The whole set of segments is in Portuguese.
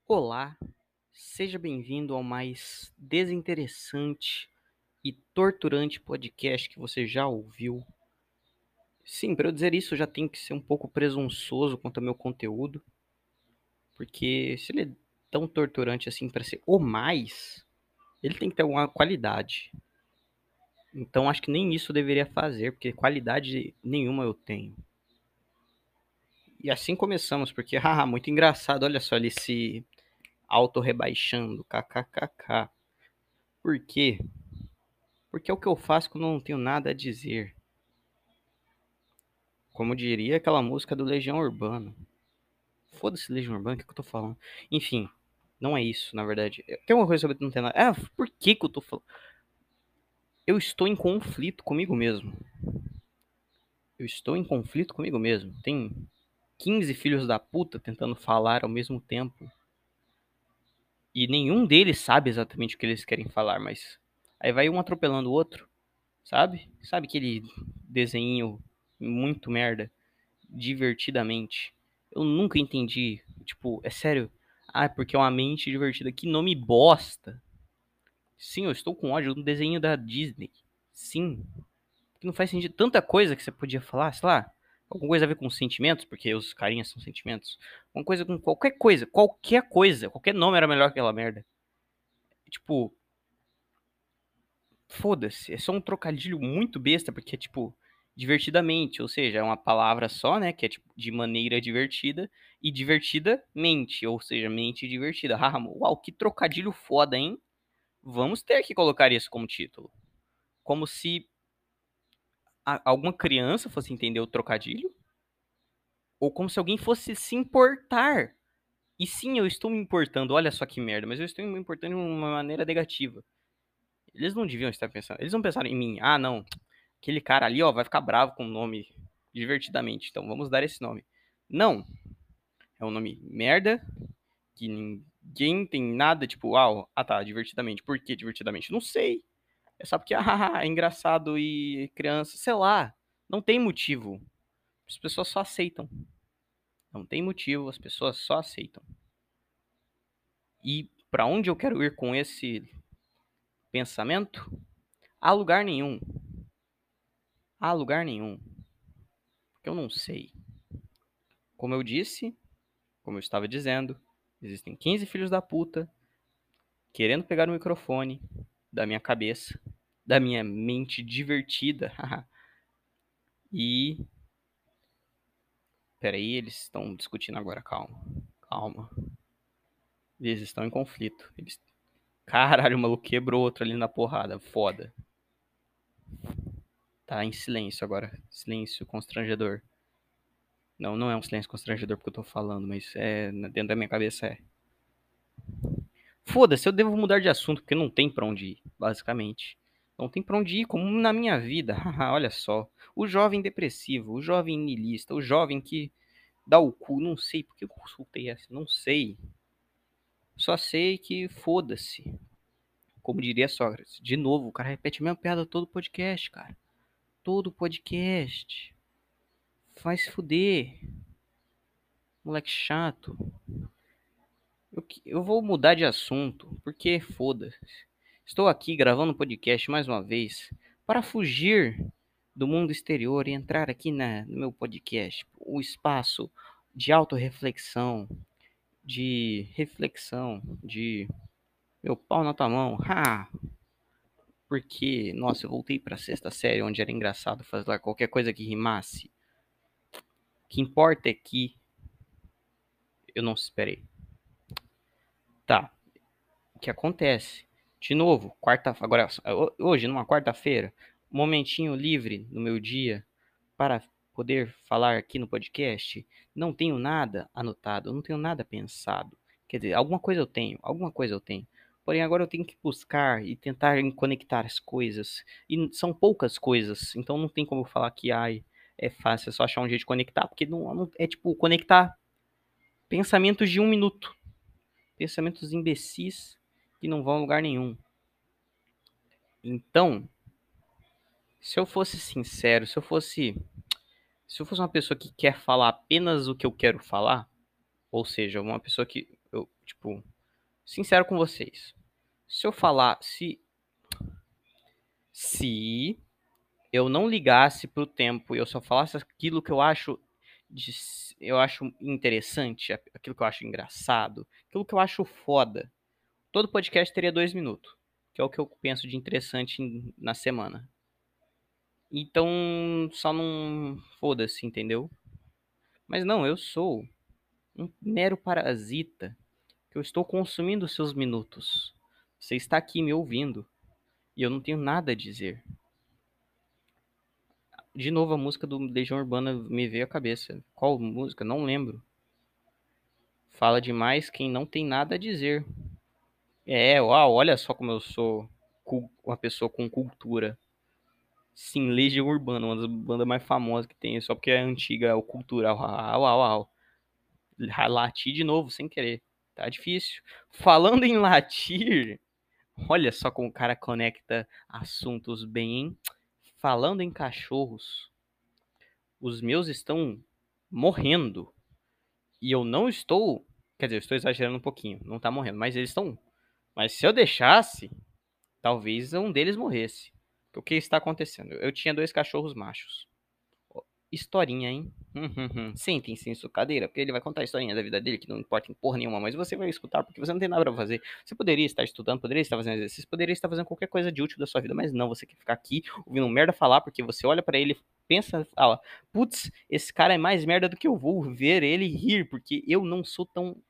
Olá, seja bem-vindo ao mais desinteressante e torturante podcast que você já ouviu. Sim, para eu dizer isso, eu já tenho que ser um pouco presunçoso quanto ao meu conteúdo, porque se ele é tão torturante assim para ser o mais, ele tem que ter alguma qualidade. Então acho que nem isso eu deveria fazer, porque qualidade nenhuma eu tenho. E assim começamos, porque, haha, muito engraçado, olha só ele se auto-rebaixando, kkkk. Por quê? Porque é o que eu faço quando eu não tenho nada a dizer. Como diria aquela música do Legião Urbana. Foda-se Legião Urbana, o que eu tô falando? Enfim, não é isso, na verdade. Tem uma coisa sobre não ter nada. Por que eu tô falando? Eu estou em conflito comigo mesmo. Eu estou em conflito comigo mesmo. Tem 15 filhos da puta tentando falar ao mesmo tempo. E nenhum deles sabe exatamente o que eles querem falar, mas aí vai um atropelando o outro, sabe? Sabe aquele desenho muito merda? Divertidamente. Eu nunca entendi. Tipo, é sério. Ah, porque é uma mente divertida. Que nome bosta. Sim, eu estou com ódio do desenho da Disney. Sim. Que não faz sentido. Tanta coisa que você podia falar, sei lá. Alguma coisa a ver com sentimentos, porque os carinhas são sentimentos. Alguma coisa com qualquer coisa. Qualquer coisa. Qualquer nome era melhor que aquela merda. Tipo, foda-se. É só um trocadilho muito besta, porque é tipo divertidamente, ou seja, é uma palavra só, né, que é tipo de maneira divertida e divertidamente, ou seja, mente divertida. Haha, uau, que trocadilho foda, hein? Vamos ter que colocar isso como título. Como se alguma criança fosse entender o trocadilho, ou como se alguém fosse se importar. E sim, eu estou me importando, olha só que merda, mas eu estou me importando de uma maneira negativa. Eles não deviam estar pensando, eles não pensaram em mim, ah, não, aquele cara ali, ó, vai ficar bravo com o nome divertidamente. Então vamos dar esse nome. Não. É um nome merda, que ninguém tem nada, tipo, tá, divertidamente. Por que divertidamente? Não sei. É só porque, é engraçado e criança, sei lá. Não tem motivo. As pessoas só aceitam. Não tem motivo, as pessoas só aceitam. E para onde eu quero ir com esse pensamento? A lugar nenhum. A lugar nenhum. Porque eu não sei. Como eu disse, como eu estava dizendo, existem 15 filhos da puta querendo pegar o microfone da minha cabeça, da minha mente divertida. E. Peraí, eles estão discutindo agora, calma. Calma. Eles estão em conflito. Caralho, o maluco quebrou outro ali na porrada. Foda. Tá em silêncio agora. Silêncio constrangedor. Não, não é um silêncio constrangedor porque eu tô falando, mas dentro da minha cabeça é. Foda-se, eu devo mudar de assunto, porque não tem pra onde ir, basicamente. Não tem pra onde ir, como na minha vida. Olha só. O jovem depressivo, o jovem niilista, o jovem que dá o cu. Não sei porque eu consultei essa, não sei. Só sei que foda-se. Como diria Sócrates. De novo, o cara repete a mesma piada todo podcast, cara. Todo podcast. Vai se fuder. Moleque chato. Eu vou mudar de assunto, porque foda-se. Estou aqui gravando um podcast mais uma vez para fugir do mundo exterior e entrar aqui no meu podcast, o espaço de autorreflexão, de meu pau na tua mão. Porque, nossa, eu voltei para a sexta série onde era engraçado fazer qualquer coisa que rimasse. O que importa é que eu não esperei. Tá, o que acontece? De novo, agora hoje numa quarta-feira, momentinho livre no meu dia para poder falar aqui no podcast. Não tenho nada anotado, não tenho nada pensado. Quer dizer, alguma coisa eu tenho, alguma coisa eu tenho. Porém, agora eu tenho que buscar e tentar conectar as coisas. E são poucas coisas, então não tem como eu falar que é fácil, é só achar um jeito de conectar, porque não é tipo conectar pensamentos de um minuto. Pensamentos imbecis que não vão a lugar nenhum. Então, se eu fosse sincero, se eu fosse uma pessoa que quer falar apenas o que eu quero falar, ou seja, uma pessoa que Eu, tipo, sincero com vocês. Se eu falar, se eu não ligasse pro tempo e eu só falasse aquilo que eu acho eu acho interessante, aquilo que eu acho engraçado, aquilo que eu acho foda, todo podcast teria 2 minutos, que é o que eu penso de interessante na semana. Então, só não foda-se, entendeu? Mas não, eu sou um mero parasita, que eu estou consumindo seus minutos. Você está aqui me ouvindo e eu não tenho nada a dizer. De novo, a música do Legião Urbana me veio à cabeça. Qual música? Não lembro. Fala demais quem não tem nada a dizer. Uau, olha só como eu sou uma pessoa com cultura. Sim, Legião Urbana, uma das bandas mais famosas que tem, só porque é antiga, é o cultural. Uau, uau, uau. Lati de novo, sem querer. Tá difícil. Falando em latir, olha só como o cara conecta assuntos bem, hein? Falando em cachorros, os meus estão morrendo. E eu não estou. Quer dizer, eu estou exagerando um pouquinho. Não tá morrendo, mas eles estão. Mas se eu deixasse, talvez um deles morresse. O que está acontecendo? Eu tinha 2 cachorros machos. Historinha, hein? Sentem-se em sua cadeira, porque ele vai contar a historinha da vida dele, que não importa em porra nenhuma, mas você vai escutar porque você não tem nada pra fazer. Você poderia estar estudando, poderia estar fazendo exercício, poderia estar fazendo qualquer coisa de útil da sua vida, mas não, você quer ficar aqui ouvindo um merda falar, porque você olha pra ele, pensa, putz, esse cara é mais merda do que eu vou ver ele rir, porque eu não sou tão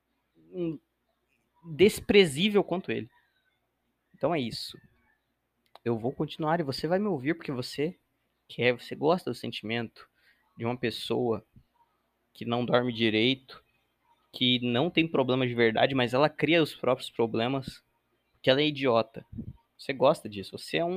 desprezível quanto ele. Então é isso. Eu vou continuar e você vai me ouvir porque você quer, você gosta do sentimento de uma pessoa que não dorme direito, que não tem problema de verdade, mas ela cria os próprios problemas, porque ela é idiota. Você gosta disso.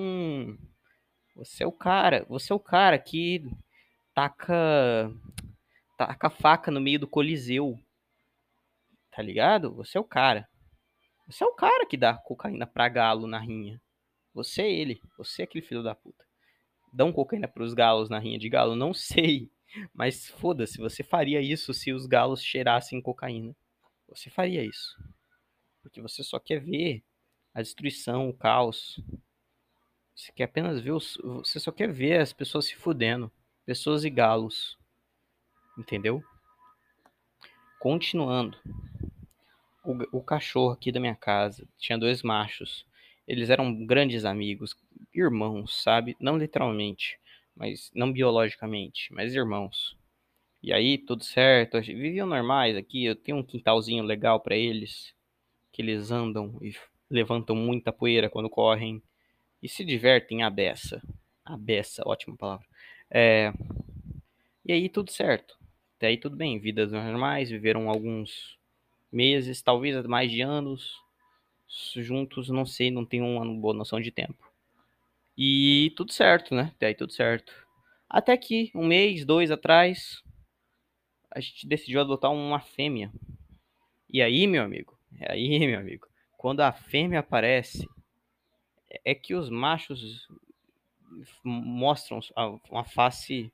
Você é o cara que taca taca a faca no meio do Coliseu, tá ligado? Você é o cara. Você é o cara que dá cocaína pra galo na rinha. Você é ele. Você é aquele filho da puta. Dão cocaína pros galos na rinha de galo? Não sei. Mas foda-se, você faria isso se os galos cheirassem cocaína. Você faria isso. Porque você só quer ver a destruição, o caos. Você quer apenas ver você só quer ver as pessoas se fudendo. Pessoas e galos. Entendeu? Continuando. O cachorro aqui da minha casa tinha 2 machos. Eles eram grandes amigos, irmãos, sabe? Não literalmente, mas não biologicamente, mas irmãos. E aí, tudo certo, viviam normais aqui. Eu tenho um quintalzinho legal pra eles, que eles andam e levantam muita poeira quando correm e se divertem à beça. À beça, ótima palavra. É, e aí, tudo certo. Até aí, tudo bem. Vidas normais, viveram alguns meses, talvez mais de anos juntos, não sei, não tenho uma boa noção de tempo. E tudo certo, né? Até aí, tudo certo. Até que, um mês, 2 atrás, a gente decidiu adotar uma fêmea. E aí, meu amigo, quando a fêmea aparece, é que os machos mostram uma face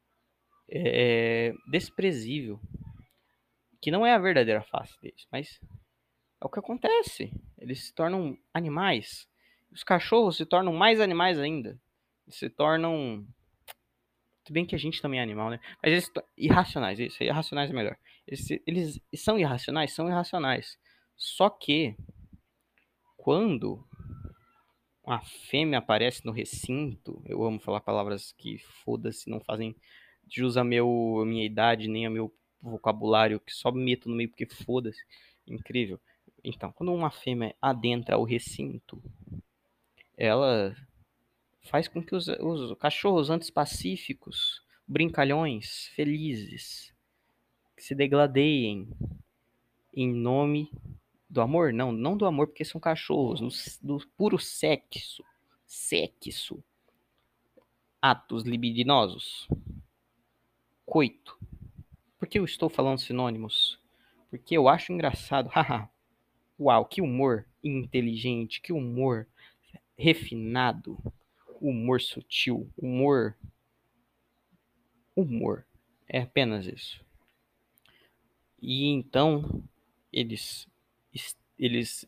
desprezível, que não é a verdadeira face deles, mas é o que acontece. Eles se tornam animais. Os cachorros se tornam mais animais ainda. Eles se tornam. Tudo bem que a gente também é animal, né? Mas eles irracionais, isso, irracionais é melhor. Eles são irracionais? São irracionais. Só que quando uma fêmea aparece no recinto, eu amo falar palavras que foda-se, não fazem jus a minha idade, nem a meu vocabulário, que só meto no meio porque foda-se. Incrível. Então, quando uma fêmea adentra o recinto, ela faz com que os cachorros antes pacíficos, brincalhões, felizes, que se degladeiem em nome do amor? Não, não do amor, porque são cachorros, do puro sexo. Sexo. Atos libidinosos. Coito. Por que eu estou falando sinônimos? Porque eu acho engraçado. Haha. Uau, que humor inteligente, que humor refinado, humor sutil, humor. É apenas isso. E então, Eles. Eles.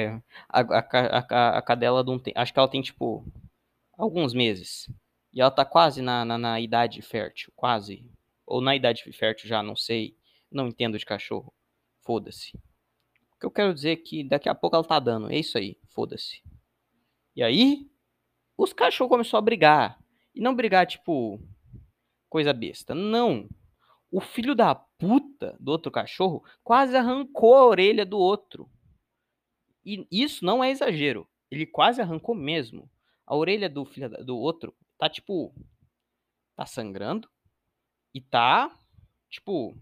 A cadela não tem. Acho que ela tem, tipo, alguns meses. E ela tá quase na idade fértil. Quase. Ou na idade fértil já, não sei. Não entendo de cachorro. Foda-se. O que eu quero dizer é que daqui a pouco ela tá dando. É isso aí. Foda-se. E aí, os cachorros começaram a brigar. E não brigar, tipo, coisa besta. Não. O filho da puta do outro cachorro quase arrancou a orelha do outro. E isso não é exagero. Ele quase arrancou mesmo. A orelha do filho do outro tá, tipo, tá sangrando e tá, tipo,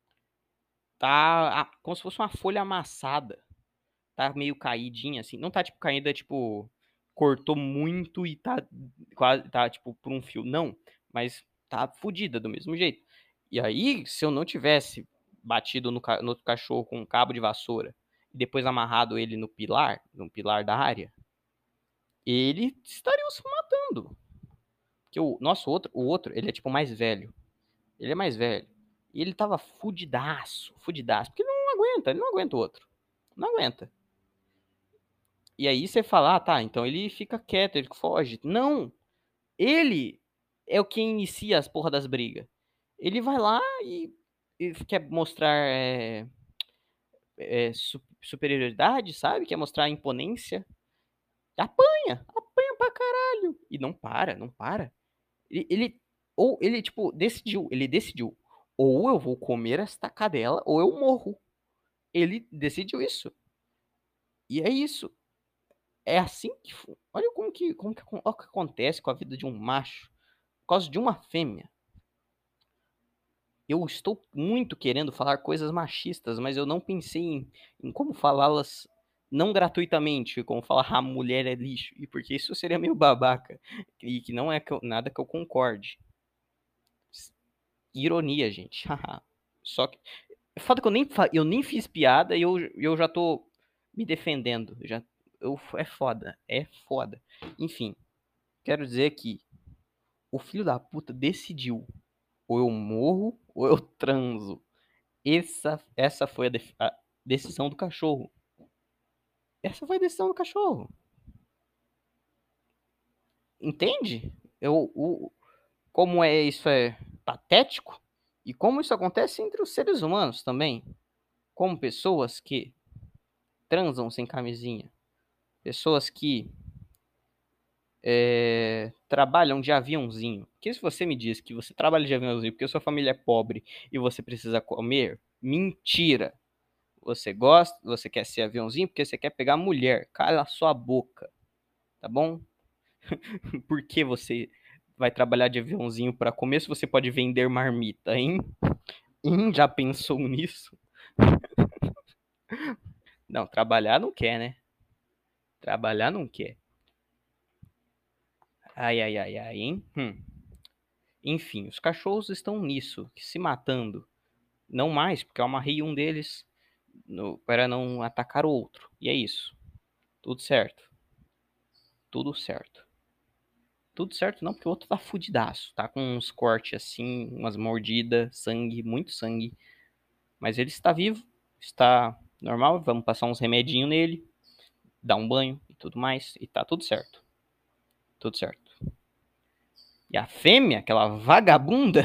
tá como se fosse uma folha amassada. Tá meio caidinha, assim. Não tá, tipo, caída, tipo, cortou muito e tá quase, tá, tipo, por um fio. Não, mas tá fodida do mesmo jeito. E aí, se eu não tivesse batido no outro cachorro com um cabo de vassoura e depois amarrado ele no pilar da área, ele estaria se matando. Porque o outro, ele é, tipo, mais velho. Ele é mais velho. E ele tava fudidaço, fudidaço. Porque ele não aguenta o outro. Não aguenta. E aí você fala, ah, tá, então ele fica quieto, ele foge. Não, ele é o que inicia as porra das brigas. Ele vai lá e quer mostrar superioridade, sabe? Quer mostrar imponência. Apanha, apanha pra caralho. E não para, não para. Ou ele, tipo, ele decidiu. Ou eu vou comer esta cadela, ou eu morro. Ele decidiu isso. E é isso. É assim que. Olha olha o que acontece com a vida de um macho por causa de uma fêmea. Eu estou muito querendo falar coisas machistas, mas eu não pensei em como falá-las não gratuitamente, como falar a mulher é lixo, e porque isso seria meio babaca, e que não é nada que eu concorde. Ironia, gente. Só que. É foda que eu nem fiz piada e eu já tô me defendendo. É foda. É foda. Enfim, quero dizer que o filho da puta decidiu. Ou eu morro, ou eu transo. Essa foi a decisão do cachorro. Essa foi a decisão do cachorro. Entende? Como isso é patético e como isso acontece entre os seres humanos também. Como pessoas que transam sem camisinha. Pessoas que trabalham de aviãozinho. Porque se você me diz que você trabalha de aviãozinho porque sua família é pobre e você precisa comer, mentira. Você gosta, você quer ser aviãozinho porque você quer pegar mulher. Cala a sua boca, tá bom? Por que você vai trabalhar de aviãozinho para comer se você pode vender marmita, hein? Já pensou nisso? Não, trabalhar não quer, né? Trabalhar não quer. Ai, ai, ai, ai, hein? Enfim, os cachorros estão nisso, se matando. Não mais, porque eu amarrei um deles para não atacar o outro. E é isso. Tudo certo. Tudo certo. Tudo certo não, porque o outro tá fudidaço. Tá com uns cortes assim, umas mordidas, sangue, muito sangue. Mas ele está vivo, está normal. Vamos passar uns remedinhos nele, dar um banho e tudo mais. E tá tudo certo. Tudo certo. E a fêmea, aquela vagabunda,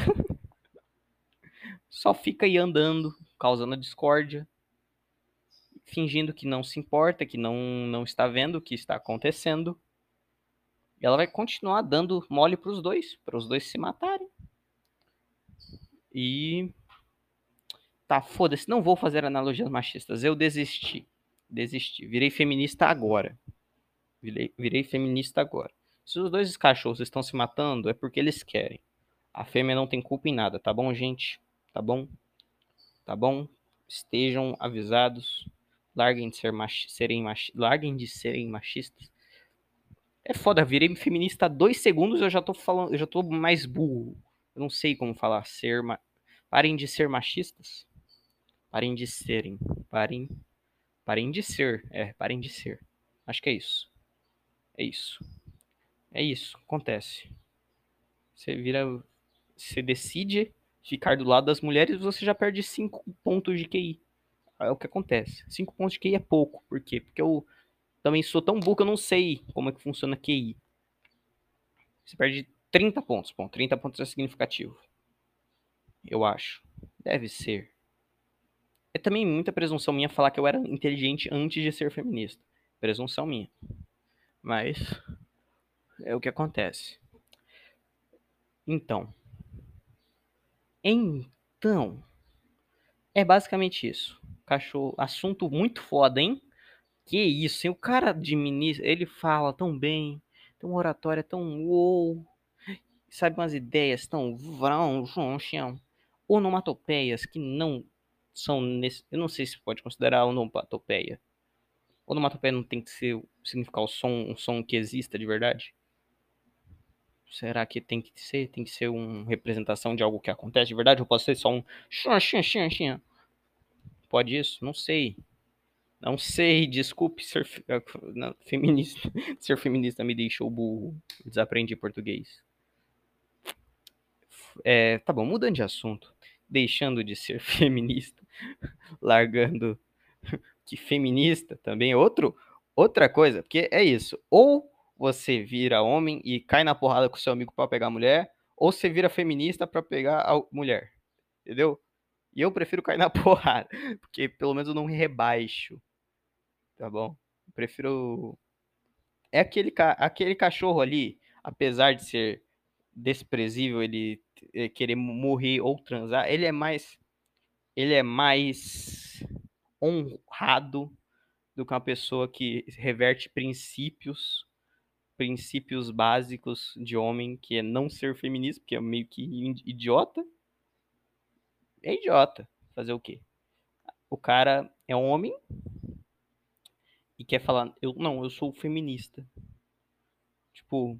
só fica aí andando, causando discórdia, fingindo que não se importa, que não está vendo o que está acontecendo. E ela vai continuar dando mole para os dois se matarem. E tá, foda-se, não vou fazer analogias machistas. Eu desisti. Desisti. Virei feminista agora. Virei feminista agora. Se os dois cachorros estão se matando, é porque eles querem. A fêmea não tem culpa em nada, tá bom, gente? Tá bom? Tá bom? Estejam avisados. Larguem de serem machistas. É foda, virei feminista há 2 segundos, eu já tô falando, eu já tô mais burro. Eu não sei como falar parem de ser machistas. Parem de serem. Parem, parem de ser. Parem de ser. Acho que é isso. É isso. É isso. Acontece. Você vira, você decide ficar do lado das mulheres, você já perde 5 pontos de QI. É o que acontece. 5 pontos de QI é pouco. Por quê? Porque eu também sou tão burro que eu não sei como é que funciona QI. Você perde 30 pontos. Bom, 30 pontos é significativo. Eu acho. Deve ser. É também muita presunção minha falar que eu era inteligente antes de ser feminista. Presunção minha. Mas é o que acontece. Então. Então. É basicamente isso. Cachorro. Assunto muito foda, hein? Que isso, hein? O cara de ministro, ele fala tão bem. Tem uma oratória tão uou. Sabe umas ideias tão vrão, chão. Onomatopeias que não são nesse. Eu não sei se pode considerar onomatopeia. Onomatopeia não tem que ser significar o som, um som que exista de verdade? Será que tem que ser? Tem que ser uma representação de algo que acontece de verdade? Ou pode ser só um xinha? Pode isso? Não sei. Não sei, desculpe ser não, feminista. Ser feminista me deixou burro. Desaprendi português. Tá bom, mudando de assunto. Deixando de ser feminista, largando que feminista também é outra coisa, porque é isso. Ou você vira homem e cai na porrada com seu amigo para pegar a mulher, ou você vira feminista para pegar a mulher. Entendeu? E eu prefiro cair na porrada, porque pelo menos eu não me rebaixo, tá bom? Eu prefiro é aquele cachorro ali, apesar de ser desprezível, ele querer morrer ou transar, ele é mais honrado do que uma pessoa que reverte princípios básicos de homem, que é não ser feminista, porque é meio que idiota. É idiota. Fazer o quê? O cara é um homem e quer falar, eu sou feminista. Tipo,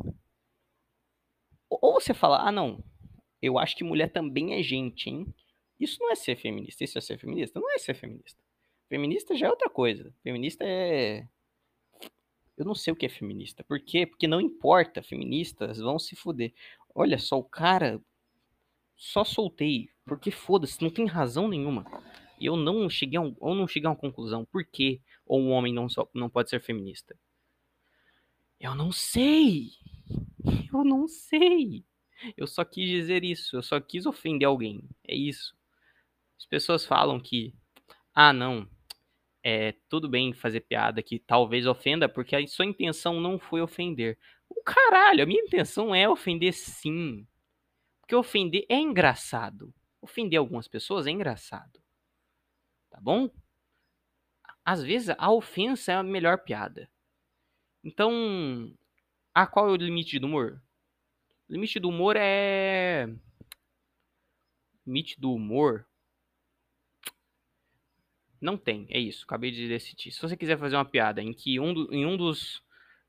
ou você fala, não, eu acho que mulher também é gente, hein? Isso não é ser feminista. Isso é ser feminista? Não é ser feminista. Feminista já é outra coisa. Feminista é. Eu não sei o que é feminista. Por quê? Porque não importa. Feministas vão se fuder. Olha só, o cara. Só soltei. Porque foda-se, não tem razão nenhuma. E eu não cheguei a uma conclusão. Por que ou um homem não pode ser feminista? Eu não sei. Eu não sei. Eu só quis dizer isso. Eu só quis ofender alguém. É isso. As pessoas falam que, não, tudo bem fazer piada que talvez ofenda, porque a sua intenção não foi ofender. O caralho, a minha intenção é ofender sim. Porque ofender é engraçado. Ofender algumas pessoas é engraçado. Tá bom? Às vezes a ofensa é a melhor piada. Então, qual é o limite do humor? O limite do humor é. Limite do humor não tem, é isso, acabei de decidir. Se você quiser fazer uma piada em que em um dos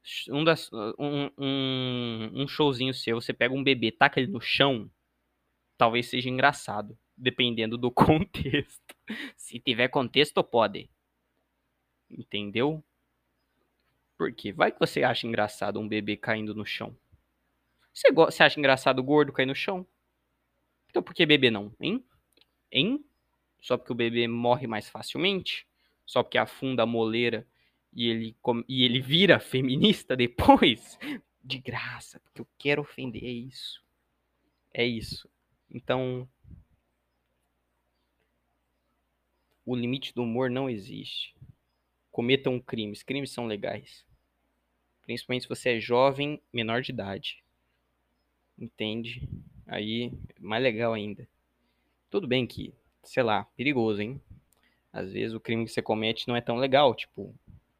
um showzinho seu, você pega um bebê, taca ele no chão, talvez seja engraçado, dependendo do contexto. Se tiver contexto, pode. Entendeu? Porque vai que você acha engraçado um bebê caindo no chão. Você acha engraçado o gordo cair no chão? Então por que bebê não, hein? Hein? Só porque o bebê morre mais facilmente? Só porque afunda a moleira e ele vira feminista depois? De graça, porque eu quero ofender, é isso. É isso. Então, o limite do humor não existe. Cometam crimes. Crimes são legais. Principalmente se você é jovem, menor de idade. Entende? Aí, mais legal ainda. Tudo bem que, sei lá, perigoso, hein? Às vezes o crime que você comete não é tão legal, tipo,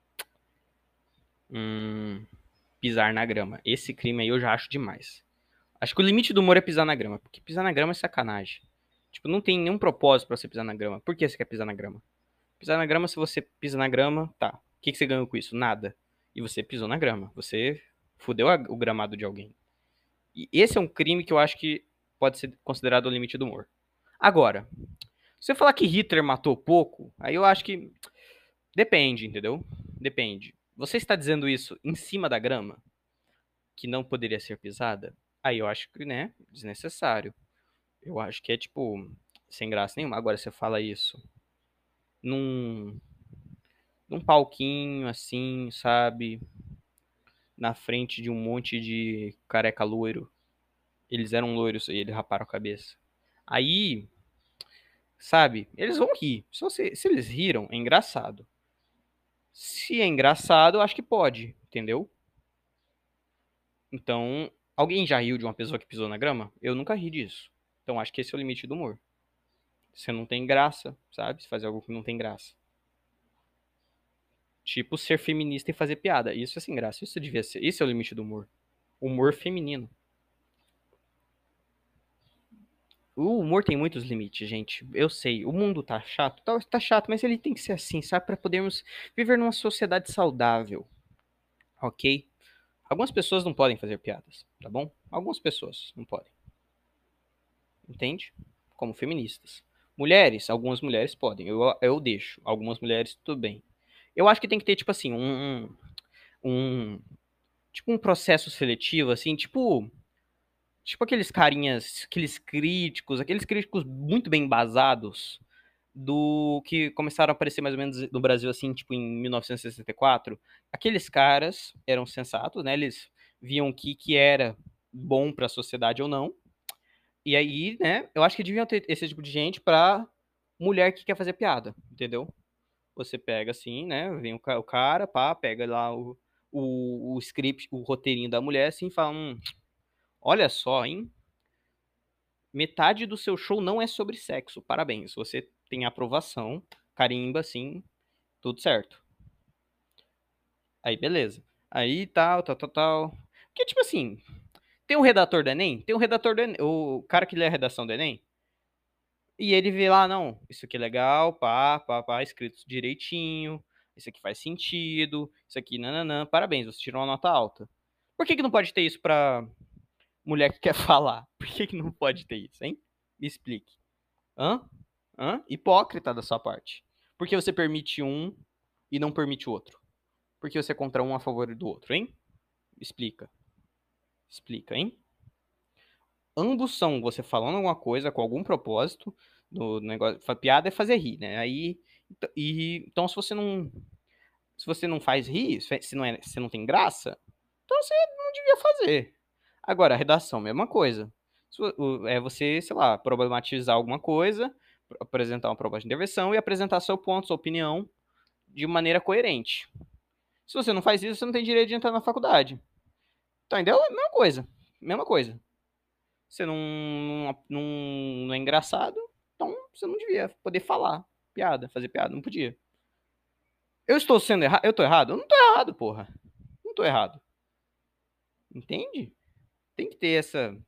pisar na grama. Esse crime aí eu já acho demais. Acho que o limite do humor é pisar na grama, porque pisar na grama é sacanagem. Tipo, não tem nenhum propósito pra você pisar na grama. Por que você quer pisar na grama? Pisar na grama, se você pisa na grama, tá. O que você ganhou com isso? Nada. E você pisou na grama. Você fudeu o gramado de alguém. E esse é um crime que eu acho que pode ser considerado o limite do humor. Agora, se você falar que Hitler matou pouco, aí eu acho que depende, entendeu? Depende. Você está dizendo isso em cima da grama, que não poderia ser pisada? Aí eu acho que, né, desnecessário. Eu acho que é, tipo, sem graça nenhuma. Agora você fala isso. num, num palquinho assim, sabe? Na frente de um monte de careca loiro. Eles eram loiros e eles raparam a cabeça. Aí, sabe, eles vão rir. Se eles riram, é engraçado. Se é engraçado, eu acho que pode, entendeu? Então, alguém já riu de uma pessoa que pisou na grama? Eu nunca ri disso. Então, acho que esse é o limite do humor. Você não tem graça, sabe? Se fazer algo que não tem graça. Tipo, ser feminista e fazer piada. Isso é sem graça. Isso devia ser. Esse é o limite do humor. Humor feminino. O humor tem muitos limites, gente. Eu sei. O mundo tá chato. Tá chato, mas ele tem que ser assim, sabe? Pra podermos viver numa sociedade saudável. Ok? Algumas pessoas não podem fazer piadas, tá bom? Algumas pessoas não podem. Entende? Como feministas. Mulheres, algumas mulheres podem. Eu deixo. Algumas mulheres, tudo bem. Eu acho que tem que ter, tipo assim, um tipo um processo seletivo, assim, tipo aqueles carinhas, aqueles críticos muito bem embasados do que começaram a aparecer mais ou menos no Brasil, assim, tipo em 1964. Aqueles caras eram sensatos, né? Eles viam o que era bom para a sociedade ou não. E aí, né, eu acho que deviam ter esse tipo de gente pra mulher que quer fazer piada, entendeu? Você pega assim, né, vem o cara, pá, pega lá o script, o roteirinho da mulher, assim, e fala, olha só, hein, metade do seu show não é sobre sexo, parabéns, você tem aprovação, carimba, assim, tudo certo. Aí, beleza. Aí, tal. Porque, tipo assim, tem um redator do Enem, o cara que lê a redação do Enem, e ele vê lá, não, isso aqui é legal, pá, escrito direitinho, isso aqui faz sentido, isso aqui, nananã, parabéns, você tirou uma nota alta. Por que que não pode ter isso pra mulher que quer falar? Por que que não pode ter isso, hein? Me explique. Hã? Hã? Hipócrita da sua parte. Por que você permite um e não permite o outro? Por que você é contra um a favor do outro, hein? Explica. Explica, hein? Ambos são você falando alguma coisa com algum propósito no negócio. Piada é fazer rir, né? Então se você não faz rir, se não tem graça, então você não devia fazer. Agora, a redação, mesma coisa. É você, sei lá, problematizar alguma coisa, apresentar uma proposta de intervenção e apresentar seu ponto, sua opinião de maneira coerente. Se você não faz isso, você não tem direito de entrar na faculdade. Tá, entendeu? É a mesma coisa. Mesma coisa. Você não é engraçado, então você não devia poder falar piada, fazer piada, não podia. Eu estou sendo errado? Eu tô errado? Eu não tô errado, porra. Não tô errado. Entende? Tem que ter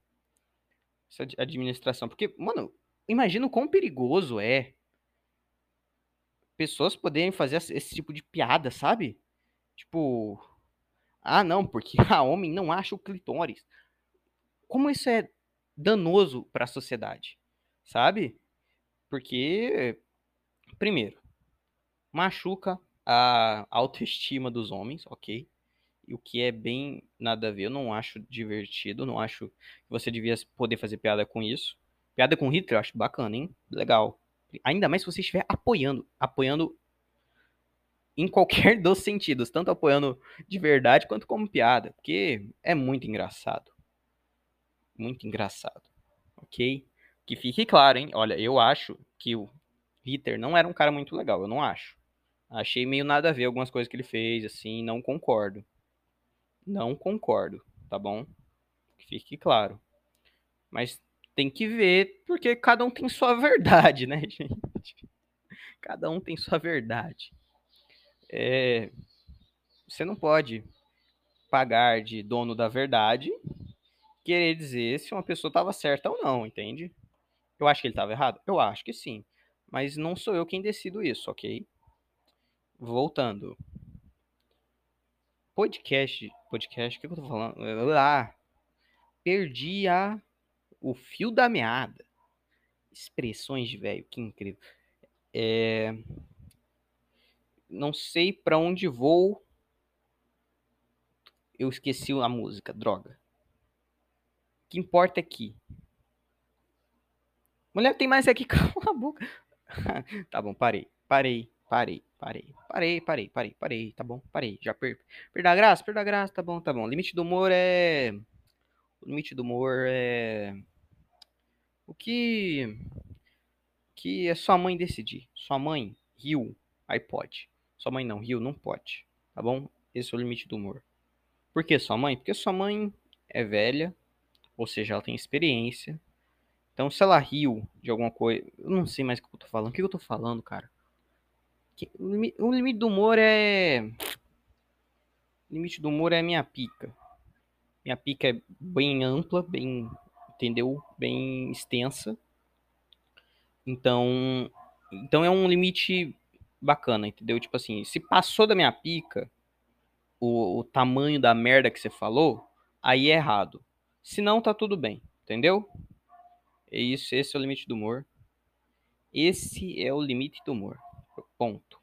essa administração. Porque, mano, imagina o quão perigoso é pessoas poderem fazer esse tipo de piada, sabe? Tipo, ah, não, porque a homem não acha o clitóris. Como isso é danoso para a sociedade, sabe? Porque, primeiro, machuca a autoestima dos homens, ok? E o que é bem nada a ver, eu não acho divertido, não acho que você devia poder fazer piada com isso. Piada com Hitler, eu acho bacana, hein? Legal. Ainda mais se você estiver apoiando em qualquer dos sentidos, tanto apoiando de verdade quanto como piada, porque é muito engraçado, ok? Que fique claro, hein? Olha, eu acho que o Hitler não era um cara muito legal, eu não acho. Achei meio nada a ver algumas coisas que ele fez, assim, não concordo. Não concordo, tá bom? Que fique claro. Mas tem que ver, porque cada um tem sua verdade, né, gente? Cada um tem sua verdade. É, você não pode pagar de dono da verdade querer dizer se uma pessoa estava certa ou não, entende? Eu acho que ele estava errado? Eu acho que sim. Mas não sou eu quem decido isso, ok? Voltando. Podcast, o que eu tô falando? Ah, perdi o fio da meada. Expressões de velho, que incrível. Não sei pra onde vou. Eu esqueci a música, droga. O que importa é que. Mulher, tem mais aqui, cala a boca. Tá bom, parei. Parei, tá bom? Parei, já perdi a graça, tá bom, tá bom. Limite do humor é... O limite do humor é... O que é sua mãe decidir. Sua mãe riu, aí pode. Sua mãe não riu, não pode, tá bom? Esse é o limite do humor. Por que sua mãe? Porque sua mãe é velha, ou seja, ela tem experiência. Então, se ela riu de alguma coisa... Eu não sei mais o que eu tô falando. O que eu tô falando, cara? O limite do humor é... O limite do humor é minha pica. Minha pica é bem ampla, bem... Entendeu? Bem extensa. Então é um limite bacana, entendeu? Tipo assim, se passou da minha pica, o tamanho da merda que você falou, aí é errado. Se não, tá tudo bem, entendeu? É isso, esse é o limite do humor. Esse é o limite do humor. Ponto.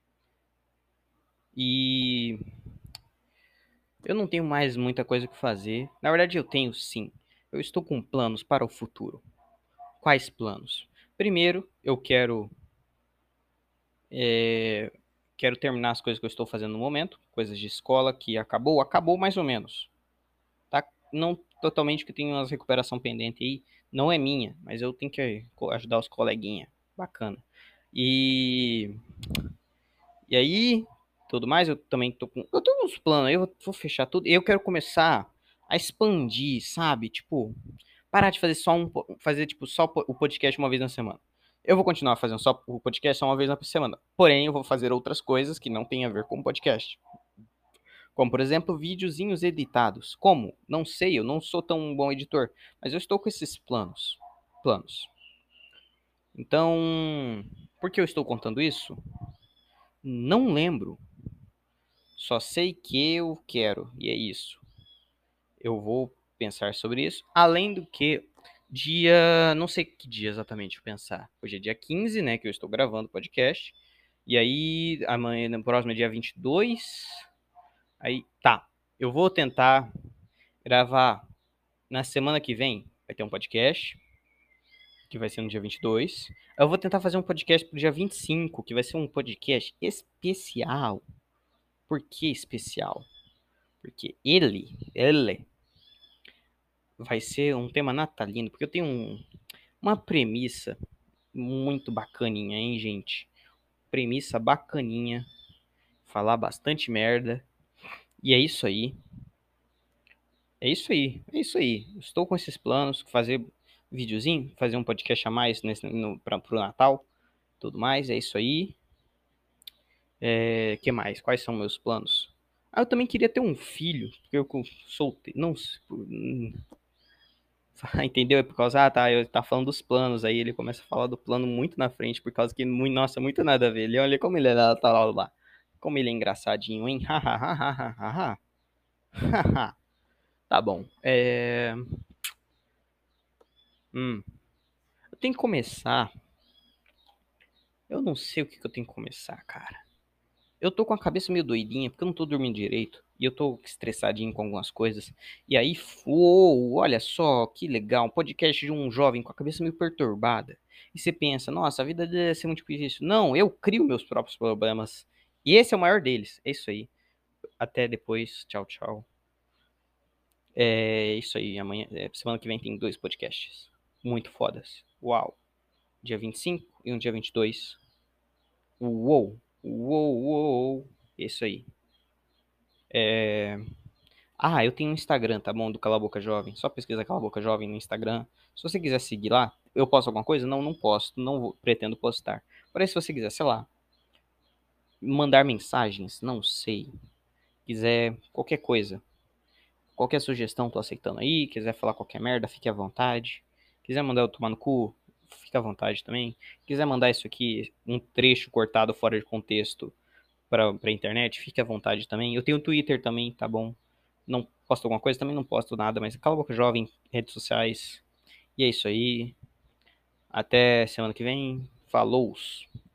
E eu não tenho mais muita coisa que fazer. Na verdade, eu tenho sim. Eu estou com planos para o futuro. Quais planos? Primeiro, eu quero terminar as coisas que eu estou fazendo no momento, coisas de escola que acabou mais ou menos. Tá? Não totalmente, que tem umas recuperação pendente aí, não é minha, mas eu tenho que ajudar os coleguinha. Bacana. E aí, tudo mais, eu também eu tô com uns planos, eu vou fechar tudo, eu quero começar a expandir, sabe? Tipo, parar de fazer fazer tipo só o podcast uma vez na semana. Eu vou continuar fazendo só o podcast só uma vez na semana. Porém, eu vou fazer outras coisas que não tem a ver com o podcast. Como, por exemplo, videozinhos editados. Como? Não sei, eu não sou tão bom editor, mas eu estou com esses planos. Planos. Então, por que eu estou contando isso? Não lembro. Só sei que eu quero, e é isso. Eu vou pensar sobre isso. Além do que, não sei que dia exatamente eu pensar. Hoje é dia 15, né, que eu estou gravando o podcast. E aí, amanhã, no próximo é dia 22. Aí, tá. Eu vou tentar gravar na semana que vem. Vai ter um podcast, que vai ser no dia 22. Eu vou tentar fazer um podcast pro dia 25, que vai ser um podcast especial. Por que especial? Porque ele vai ser um tema natalino, porque eu tenho uma premissa muito bacaninha, hein, gente? Premissa bacaninha, falar bastante merda. E é isso aí. É isso aí. É isso aí. Estou com esses planos, fazer videozinho, fazer um podcast a mais pro Natal, tudo mais. É isso aí. Que mais? Quais são meus planos? Ah, eu também queria ter um filho, porque eu soltei, não, entendeu? É por causa, tá, eu tá falando dos planos, aí ele começa a falar do plano muito na frente, por causa que, nossa, muito nada a ver. Ele olha como ele é, tá lá. Como ele é engraçadinho, hein? Tá bom. Eu tenho que começar. Eu não sei o que eu tenho que começar, cara. Eu tô com a cabeça meio doidinha, porque eu não tô dormindo direito. E eu tô estressadinho com algumas coisas. E aí, olha só, que legal. Um podcast de um jovem com a cabeça meio perturbada. E você pensa, nossa, a vida deve ser muito difícil. Não, eu crio meus próprios problemas. E esse é o maior deles. É isso aí. Até depois. Tchau, tchau. É isso aí. Amanhã, semana que vem tem 2 podcasts. Muito fodas. Uau. Dia 25 e um dia 22. Uou. Uou. Isso aí. Eu tenho um Instagram, tá bom? Do Cala a Boca Jovem. Só pesquisa Cala a Boca Jovem no Instagram. Se você quiser seguir lá, eu posto alguma coisa? Não, não posto. Pretendo postar. Porém, se você quiser, sei lá, mandar mensagens, não sei. Quiser qualquer coisa, qualquer sugestão, tô aceitando aí. Quiser falar qualquer merda, fique à vontade. Quiser mandar eu tomar no cu, fique à vontade também. Quiser mandar isso aqui, um trecho cortado fora de contexto pra internet, fique à vontade também. Eu tenho Twitter também, tá bom? Não posto alguma coisa, também não posto nada, mas Cala a Boca Jovem, redes sociais. E é isso aí. Até semana que vem. Falou!